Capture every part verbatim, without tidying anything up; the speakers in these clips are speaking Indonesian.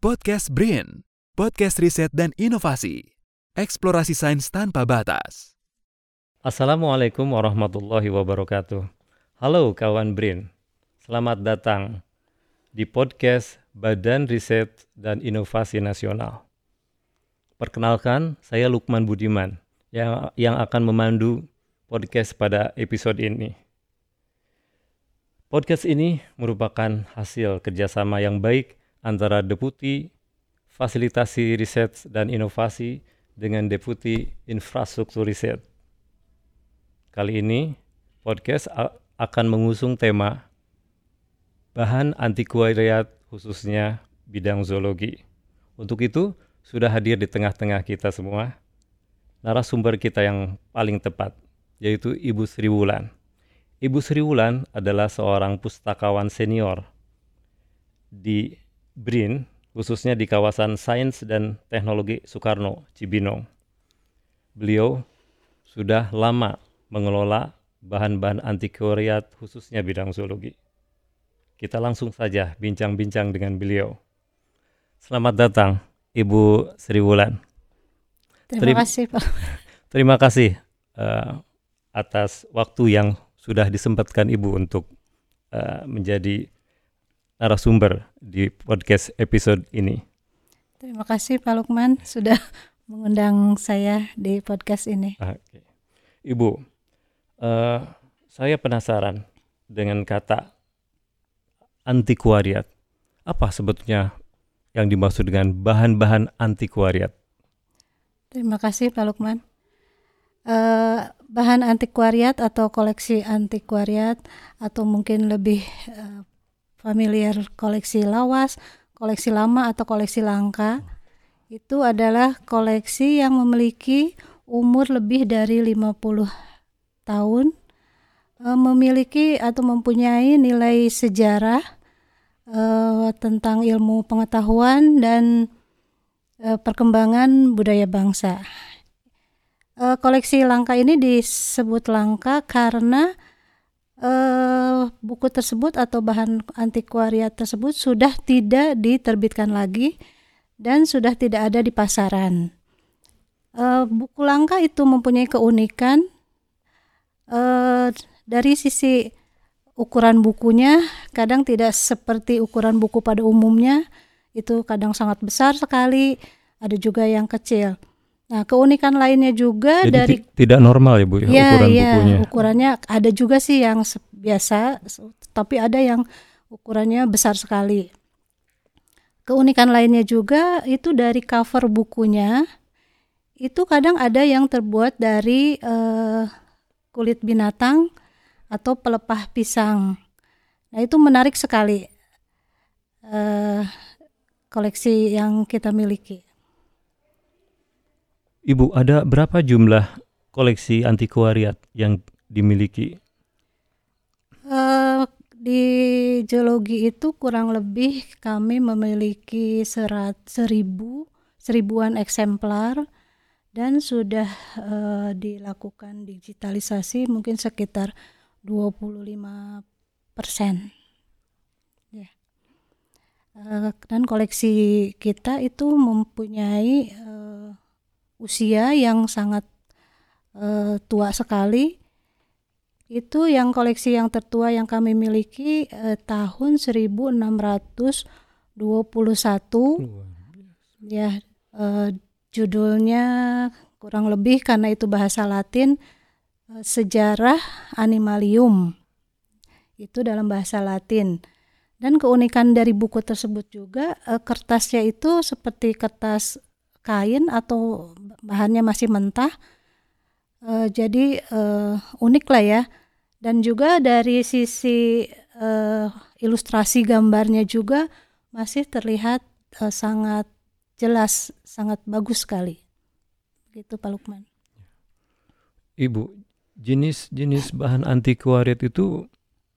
Podcast BRIN, podcast riset dan inovasi, eksplorasi sains tanpa batas. Assalamualaikum warahmatullahi wabarakatuh. Halo kawan BRIN, selamat datang di podcast Badan Riset dan Inovasi Nasional. Perkenalkan, saya Lukman Budiman yang, yang akan memandu podcast pada episode ini. Podcast ini merupakan hasil kerjasama yang baik antara Deputi Fasilitasi Riset dan Inovasi dengan Deputi Infrastruktur Riset. Kali ini, podcast a- akan mengusung tema bahan antikvariat khususnya bidang zoologi. Untuk itu, sudah hadir di tengah-tengah kita semua narasumber kita yang paling tepat, yaitu Ibu Sri Wulan. Ibu Sri Wulan adalah seorang pustakawan senior di BRIN, khususnya di kawasan Sains dan Teknologi Soekarno, Cibinong. Beliau sudah lama mengelola bahan-bahan antikvariat khususnya bidang zoologi. Kita langsung saja bincang-bincang dengan beliau. Selamat datang, Ibu Sri Wulan. Terima Terim- kasih, Pak. Terima kasih uh, atas waktu yang sudah disempatkan Ibu untuk uh, menjadi narasumber di podcast episode ini. Terima kasih Pak Lukman sudah mengundang saya di podcast ini. Oke. Ibu, uh, saya penasaran dengan kata antikvariat. Apa sebetulnya yang dimaksud dengan bahan-bahan antikvariat? Terima kasih Pak Lukman. Uh, bahan antikvariat atau koleksi antikvariat atau mungkin lebih uh, familiar koleksi lawas, koleksi lama atau koleksi langka, itu adalah koleksi yang memiliki umur lebih dari lima puluh tahun, e, memiliki atau mempunyai nilai sejarah e, tentang ilmu pengetahuan dan e, perkembangan budaya bangsa. E, koleksi langka ini disebut langka karena Uh, buku tersebut atau bahan antikvariat tersebut sudah tidak diterbitkan lagi dan sudah tidak ada di pasaran. Uh, buku langka itu mempunyai keunikan uh, dari sisi ukuran bukunya, kadang tidak seperti ukuran buku pada umumnya, itu kadang sangat besar sekali, ada juga yang kecil. Nah, keunikan lainnya juga Jadi dari t- tidak normal ya Bu ya, ya, ukuran ya, bukunya. Ukurannya ada juga sih yang biasa, tapi ada yang ukurannya besar sekali. Keunikan lainnya juga itu dari cover bukunya, itu kadang ada yang terbuat dari uh, kulit binatang atau pelepah pisang. Nah, itu menarik sekali uh, koleksi yang kita miliki. Ibu, ada berapa jumlah koleksi antikvariat yang dimiliki? Uh, di zoologi itu kurang lebih kami memiliki serat, seribu, seribuan eksemplar dan sudah uh, dilakukan digitalisasi mungkin sekitar dua puluh lima persen. Ya. Uh, dan koleksi kita itu mempunyai uh, usia yang sangat uh, tua sekali. Itu yang koleksi yang tertua yang kami miliki uh, tahun seribu enam ratus dua puluh satu. Ya, uh, judulnya kurang lebih karena itu bahasa Latin, uh, Sejarah Animalium. Itu dalam bahasa Latin. Dan keunikan dari buku tersebut juga uh, kertasnya itu seperti kertas kain atau bahannya masih mentah, e, jadi e, unik lah ya. Dan juga dari sisi e, ilustrasi gambarnya juga masih terlihat e, sangat jelas, sangat bagus sekali. Gitu Pak Lukman. Ibu, jenis-jenis bahan antikvariat itu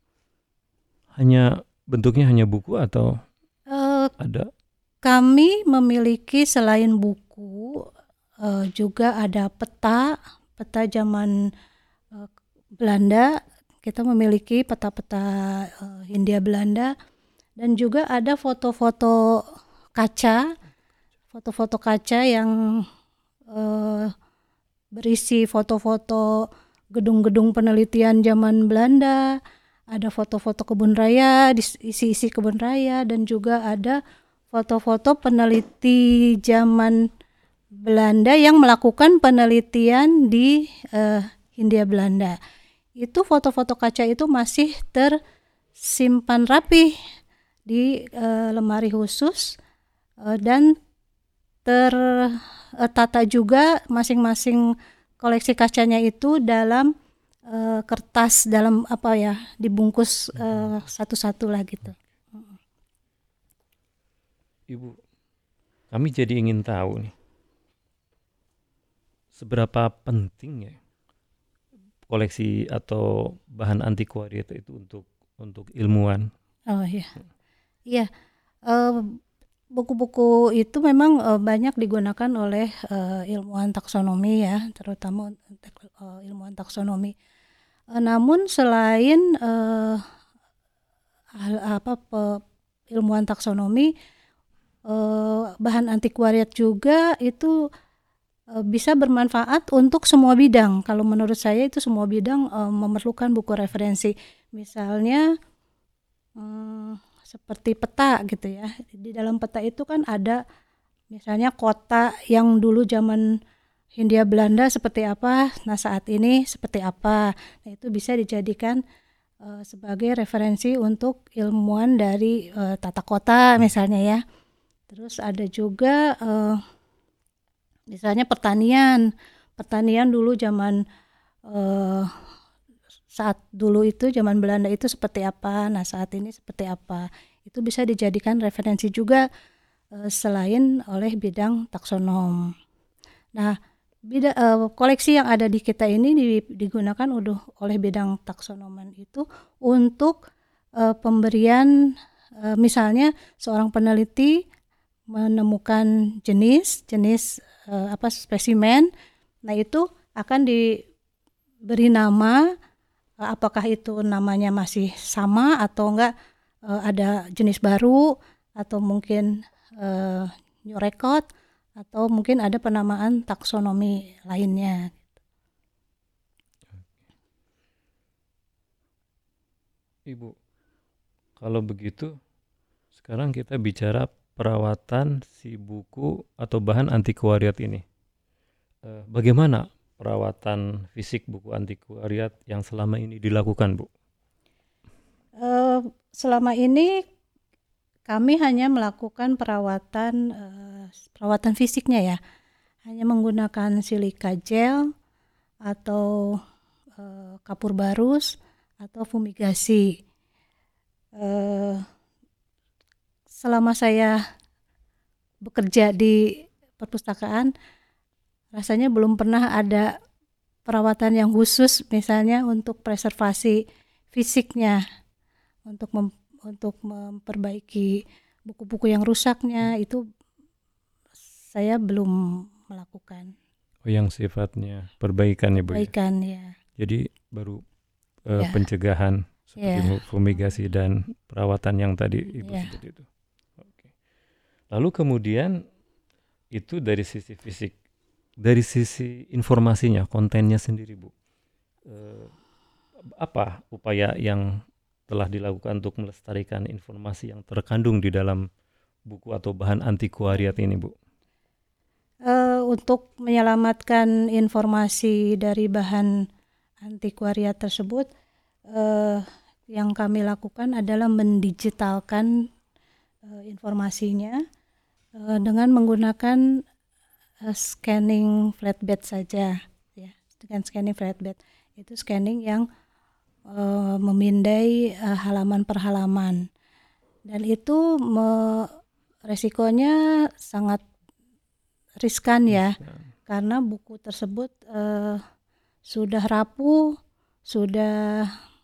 hanya bentuknya hanya buku atau e, ada? Kami memiliki selain buku uh, juga ada peta, peta zaman uh, Belanda. Kita memiliki peta-peta uh, Hindia Belanda dan juga ada foto-foto kaca, foto-foto kaca yang uh, berisi foto-foto gedung-gedung penelitian zaman Belanda, ada foto-foto kebun raya, isi-isi kebun raya, dan juga ada foto-foto peneliti zaman Belanda yang melakukan penelitian di uh, Hindia Belanda. Itu foto-foto kaca itu masih tersimpan rapi di uh, lemari khusus uh, dan tertata juga masing-masing koleksi kacanya itu dalam uh, kertas, dalam apa ya, dibungkus uh, satu-satu lah gitu. Ibu, kami jadi ingin tahu nih, seberapa penting ya koleksi atau bahan antiquariat itu untuk untuk ilmuwan? Oh iya, iya. Uh, buku-buku itu memang uh, banyak digunakan oleh uh, ilmuwan taksonomi ya, terutama uh, ilmuwan taksonomi. Uh, namun selain uh, apa pe, ilmuwan taksonomi, uh, bahan antiquariat juga itu uh, bisa bermanfaat untuk semua bidang. Kalau menurut saya itu semua bidang uh, memerlukan buku referensi. Misalnya um, seperti peta gitu ya. Di dalam peta itu kan ada misalnya kota yang dulu zaman Hindia Belanda seperti apa, nah saat ini seperti apa. Nah itu bisa dijadikan uh, sebagai referensi untuk ilmuwan dari uh, tata kota misalnya ya. Terus ada juga uh, misalnya pertanian. Pertanian dulu zaman uh, saat dulu itu zaman Belanda itu seperti apa, nah saat ini seperti apa. Itu bisa dijadikan referensi juga uh, selain oleh bidang taksonom. Nah, bida, uh, koleksi yang ada di kita ini di, digunakan udah oleh bidang taksonoman itu untuk uh, pemberian uh, misalnya seorang peneliti menemukan jenis jenis uh, apa spesimen, nah itu akan diberi nama. Apakah itu namanya masih sama atau enggak, uh, ada jenis baru atau mungkin uh, new record atau mungkin ada penamaan taksonomi lainnya. Ibu, kalau begitu sekarang kita bicara perawatan si buku atau bahan antiquariat ini. Uh, bagaimana perawatan fisik buku antiquariat yang selama ini dilakukan, Bu? Uh, selama ini kami hanya melakukan perawatan uh, perawatan fisiknya ya, hanya menggunakan silika gel atau uh, kapur barus atau fumigasi. Uh, selama saya bekerja di perpustakaan, rasanya belum pernah ada perawatan yang khusus misalnya untuk preservasi fisiknya, untuk mem, untuk memperbaiki buku-buku yang rusaknya, itu saya belum melakukan. Oh, yang sifatnya perbaikan ya, Bu? Perbaikan ya. Jadi baru uh, ya. pencegahan seperti ya. fumigasi dan perawatan yang tadi Ibu ya. sebut itu. Oke. Lalu kemudian itu dari sisi fisik. Dari sisi informasinya, kontennya sendiri, Bu, eh, apa upaya yang telah dilakukan untuk melestarikan informasi yang terkandung di dalam buku atau bahan antiquariat ini, Bu? Uh, untuk menyelamatkan informasi dari bahan antiquariat tersebut, uh, yang kami lakukan adalah mendigitalkan uh, informasinya uh, dengan menggunakan Uh, scanning flatbed saja ya. Dengan scanning flatbed itu scanning yang uh, memindai uh, halaman per halaman, dan itu me, resikonya sangat riskan ya, karena buku tersebut uh, sudah rapuh, sudah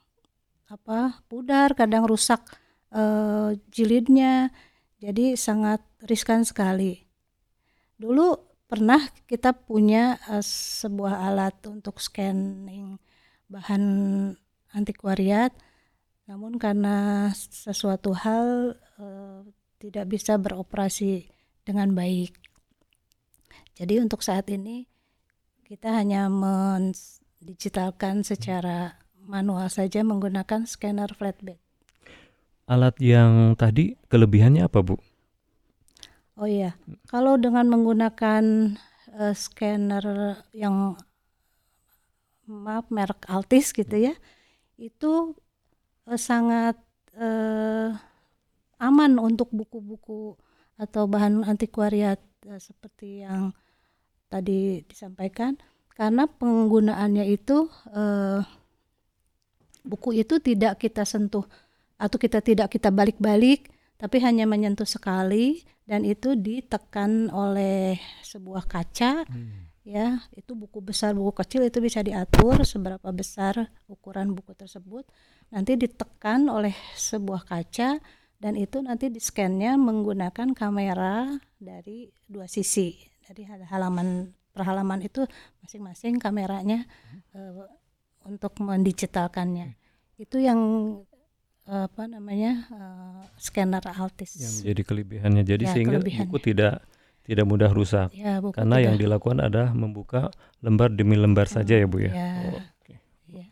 apa pudar, kadang rusak uh, jilidnya, jadi sangat riskan sekali. Dulu pernah kita punya uh, sebuah alat untuk scanning bahan antiquariat, namun karena sesuatu hal uh, tidak bisa beroperasi dengan baik. Jadi untuk saat ini kita hanya mendigitalkan secara manual saja menggunakan scanner flatbed. Alat yang tadi kelebihannya apa, Bu? Oh iya, kalau dengan menggunakan uh, scanner yang maaf merek Altis gitu ya, itu uh, sangat uh, aman untuk buku-buku atau bahan antiquariat uh, seperti yang tadi disampaikan, karena penggunaannya itu uh, buku itu tidak kita sentuh atau kita tidak kita balik-balik, tapi hanya menyentuh sekali dan itu ditekan oleh sebuah kaca. Hmm. Ya, itu buku besar, buku kecil itu bisa diatur seberapa besar ukuran buku tersebut. Nanti ditekan oleh sebuah kaca dan itu nanti di-scan-nya menggunakan kamera dari dua sisi. Dari halaman per halaman itu masing-masing kameranya uh, untuk mendigitalkannya. Itu yang uh, apa namanya uh, scanner Altis. Yang jadi kelebihannya. Jadi ya, sehingga kelebihan. buku tidak tidak mudah rusak. Ya, karena tidak. yang dilakukan adalah membuka lembar demi lembar hmm, saja ya Bu ya. ya. Oh, okay. ya.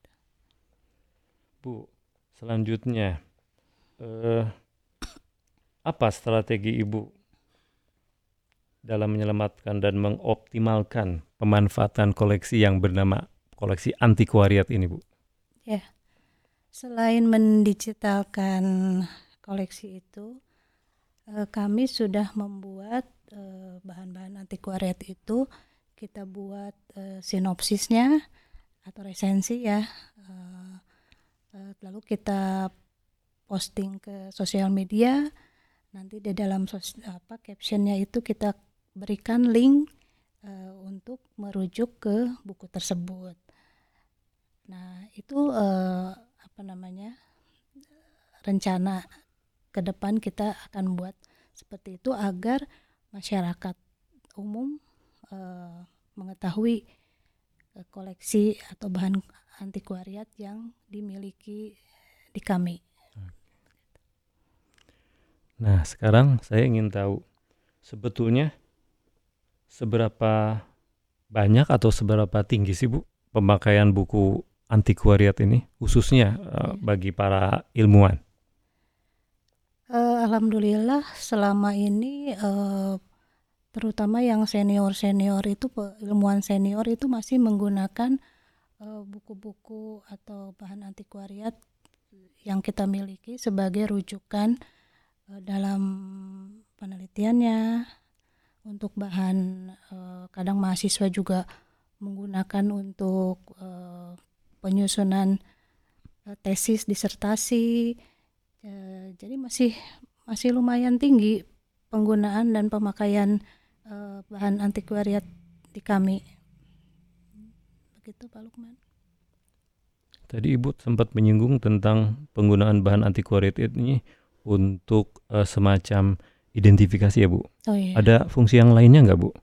Bu, selanjutnya uh, apa strategi Ibu dalam menyelamatkan dan mengoptimalkan pemanfaatan koleksi yang bernama koleksi antiquariat ini, Bu? Ya, selain mendigitalkan koleksi itu, eh, kami sudah membuat eh, bahan-bahan antiquariat itu, kita buat eh, sinopsisnya atau resensi ya, eh, eh, lalu kita posting ke sosial media. Nanti di dalam sos, apa captionnya itu kita berikan link uh, untuk merujuk ke buku tersebut. Nah itu uh, apa namanya rencana ke depan kita akan buat seperti itu agar masyarakat umum uh, mengetahui uh, koleksi atau bahan antiquariat yang dimiliki di kami. Nah sekarang saya ingin tahu sebetulnya seberapa banyak atau seberapa tinggi sih Bu pemakaian buku antiquariat ini khususnya uh, bagi para ilmuwan? Uh, Alhamdulillah selama ini uh, terutama yang senior-senior itu ilmuwan senior itu masih menggunakan uh, buku-buku atau bahan antiquariat yang kita miliki sebagai rujukan uh, dalam penelitiannya. Untuk bahan eh, kadang mahasiswa juga menggunakan untuk eh, penyusunan eh, tesis disertasi. Eh, jadi masih masih lumayan tinggi penggunaan dan pemakaian eh, bahan antiquariat di kami. Begitu Pak Lukman. Tadi Ibu sempat menyinggung tentang penggunaan bahan antiquariat ini untuk eh, semacam identifikasi ya Bu. Oh, iya. Ada fungsi yang lainnya nggak Bu?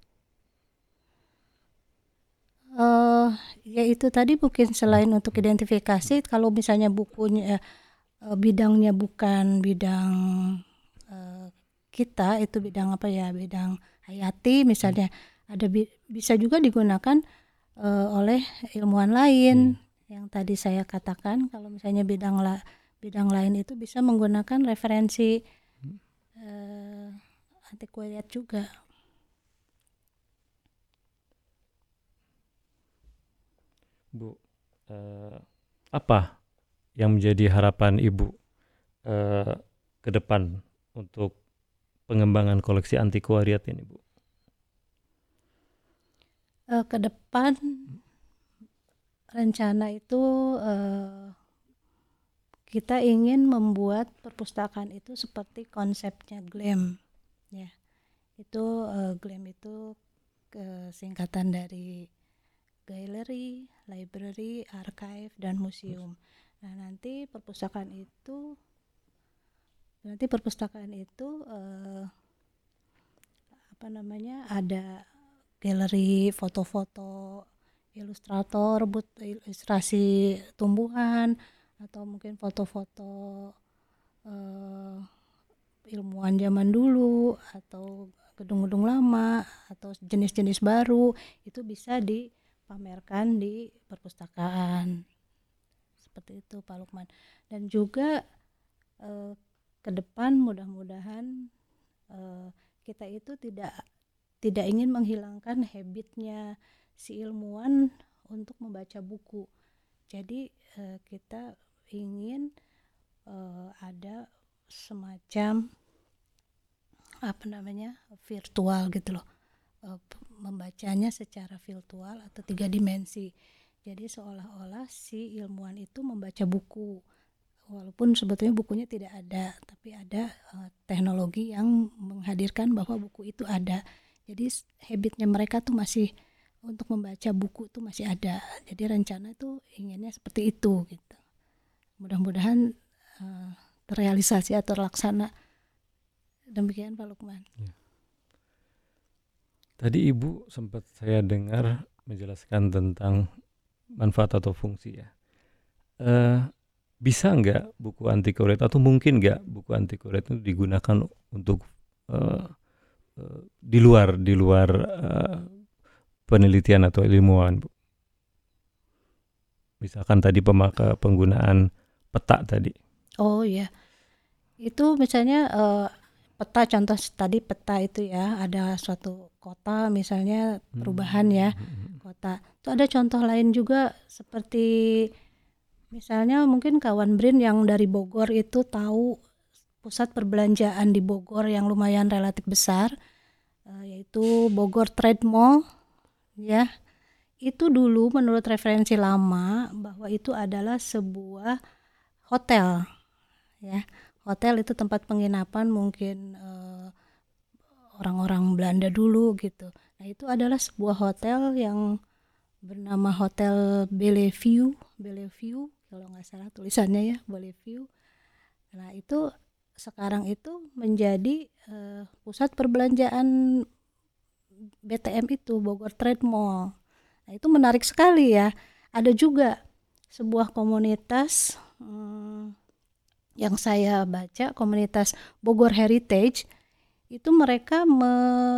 Uh, ya itu tadi mungkin selain hmm. untuk identifikasi, kalau misalnya bukunya uh, bidangnya bukan bidang uh, kita, itu bidang apa ya, bidang hayati misalnya, hmm. ada bi- bisa juga digunakan uh, oleh ilmuwan lain. Hmm. Yang tadi saya katakan, kalau misalnya bidang la- bidang lain itu bisa menggunakan referensi hmm. uh, antiquariat juga. Bu, eh, apa yang menjadi harapan Ibu eh, ke depan untuk pengembangan koleksi antiquariat ini, Bu? Uh, ke depan rencana itu uh, kita ingin membuat perpustakaan itu seperti konsepnya GLAM, ya. Itu uh, GLAM itu uh, singkatan dari Gallery, Library, Archive, dan Museum. Nah nanti perpustakaan itu, nanti perpustakaan itu uh, apa namanya ada galeri foto-foto ilustrator, but ilustrasi tumbuhan atau mungkin foto-foto uh, ilmuwan zaman dulu atau gedung-gedung lama atau jenis-jenis baru itu bisa dipamerkan di perpustakaan. Seperti itu Pak Lukman. Dan juga eh, ke depan mudah-mudahan eh, kita itu tidak tidak ingin menghilangkan habitnya si ilmuwan untuk membaca buku. Jadi eh, kita ingin eh, ada semacam apa namanya virtual gitu loh, e, membacanya secara virtual atau tiga dimensi. Jadi seolah-olah si ilmuwan itu membaca buku, walaupun sebetulnya bukunya tidak ada, tapi ada e, teknologi yang menghadirkan bahwa buku itu ada. Jadi habitnya mereka tuh masih untuk membaca buku tuh masih ada. Jadi rencana tuh inginnya seperti itu gitu. Mudah-mudahan e, terrealisasi atau terlaksana. Demikian Pak Lukman. Ya. Tadi Ibu sempat saya dengar menjelaskan tentang manfaat atau fungsi ya. Uh, bisa nggak buku anti koret atau mungkin nggak buku anti koret itu digunakan untuk uh, uh, di luar di luar uh, penelitian atau ilmuwan, Bu? Misalkan tadi pemaka penggunaan peta tadi. Oh ya, itu misalnya uh, peta, contoh tadi peta itu ya, ada suatu kota misalnya perubahan ya, kota. Itu ada contoh lain juga seperti misalnya mungkin kawan Brin yang dari Bogor itu tahu pusat perbelanjaan di Bogor yang lumayan relatif besar, yaitu Bogor Trade Mall ya. Itu dulu menurut referensi lama bahwa itu adalah sebuah hotel ya. Hotel itu tempat penginapan mungkin uh, orang-orang Belanda dulu gitu. Nah itu adalah sebuah hotel yang bernama Hotel Bellevue, Bellevue kalau nggak salah tulisannya ya, Bellevue. Nah itu sekarang itu menjadi uh, pusat perbelanjaan B T M itu, Bogor Trade Mall. Nah itu menarik sekali ya. Ada juga sebuah komunitas hmm, yang saya baca, komunitas Bogor Heritage, itu mereka me,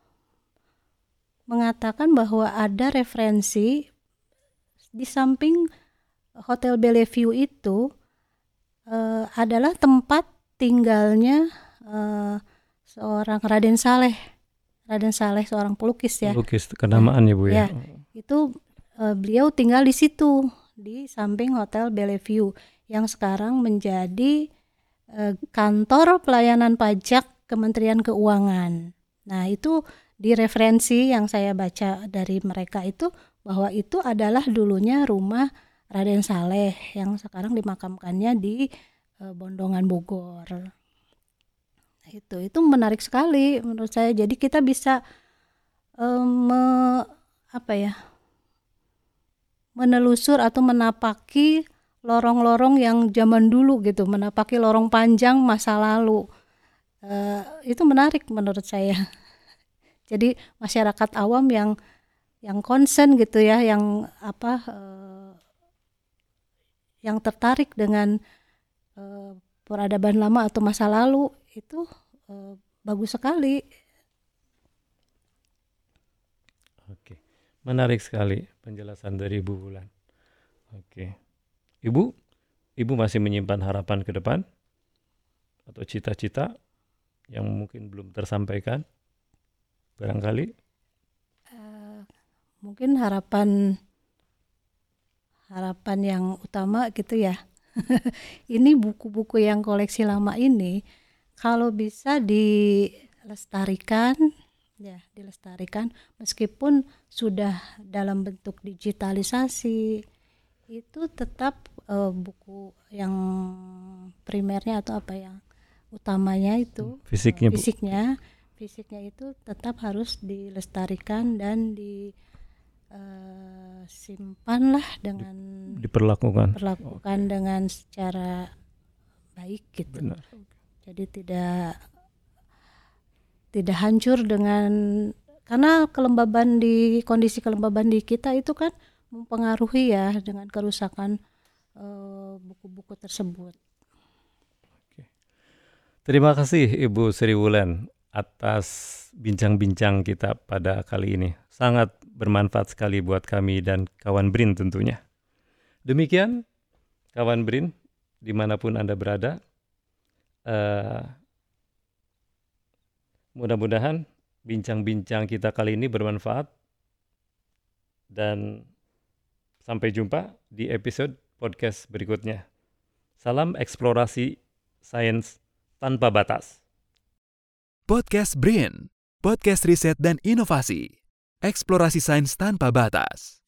mengatakan bahwa ada referensi di samping Hotel Bellevue itu uh, adalah tempat tinggalnya uh, seorang Raden Saleh. Raden Saleh seorang pelukis ya. Pelukis kenamaan ya Bu ya. Ya itu uh, beliau tinggal di situ di samping Hotel Bellevue yang sekarang menjadi eh, kantor pelayanan pajak Kementerian Keuangan. Nah itu di referensi yang saya baca dari mereka itu bahwa itu adalah dulunya rumah Raden Saleh yang sekarang dimakamkannya di eh, Bondongan Bogor. Nah, itu itu menarik sekali menurut saya. Jadi kita bisa eh, me, apa ya menelusur atau menapaki lorong-lorong yang zaman dulu gitu, menapaki lorong panjang masa lalu. Uh, itu menarik menurut saya. Jadi masyarakat awam yang yang concern gitu ya, yang apa, uh, yang tertarik dengan uh, peradaban lama atau masa lalu itu uh, bagus sekali. Oke, menarik sekali penjelasan dari Ibu Wulan. Oke. Ibu, Ibu masih menyimpan harapan ke depan atau cita-cita yang mungkin belum tersampaikan, barangkali? Uh, mungkin harapan harapan yang utama gitu ya. Ini buku-buku yang koleksi lama ini kalau bisa dilestarikan, ya dilestarikan meskipun sudah dalam bentuk digitalisasi. Itu tetap uh, buku yang primernya atau apa yang utamanya itu fisiknya, uh, fisiknya fisiknya itu tetap harus dilestarikan dan disimpan uh, lah dengan diperlakukan perlakukan okay. dengan secara baik gitu. Benar. Jadi tidak tidak hancur dengan, karena kelembaban di kondisi kelembaban di kita itu kan mempengaruhi ya dengan kerusakan uh, buku-buku tersebut. Oke. Terima kasih Ibu Sri Wulan atas bincang-bincang kita pada kali ini. Sangat bermanfaat sekali buat kami dan kawan BRIN tentunya. Demikian kawan BRIN, dimanapun Anda berada, uh, mudah-mudahan bincang-bincang kita kali ini bermanfaat dan sampai jumpa di episode podcast berikutnya. Salam eksplorasi sains tanpa batas. Podcast BRIN, podcast riset dan inovasi, eksplorasi sains tanpa batas.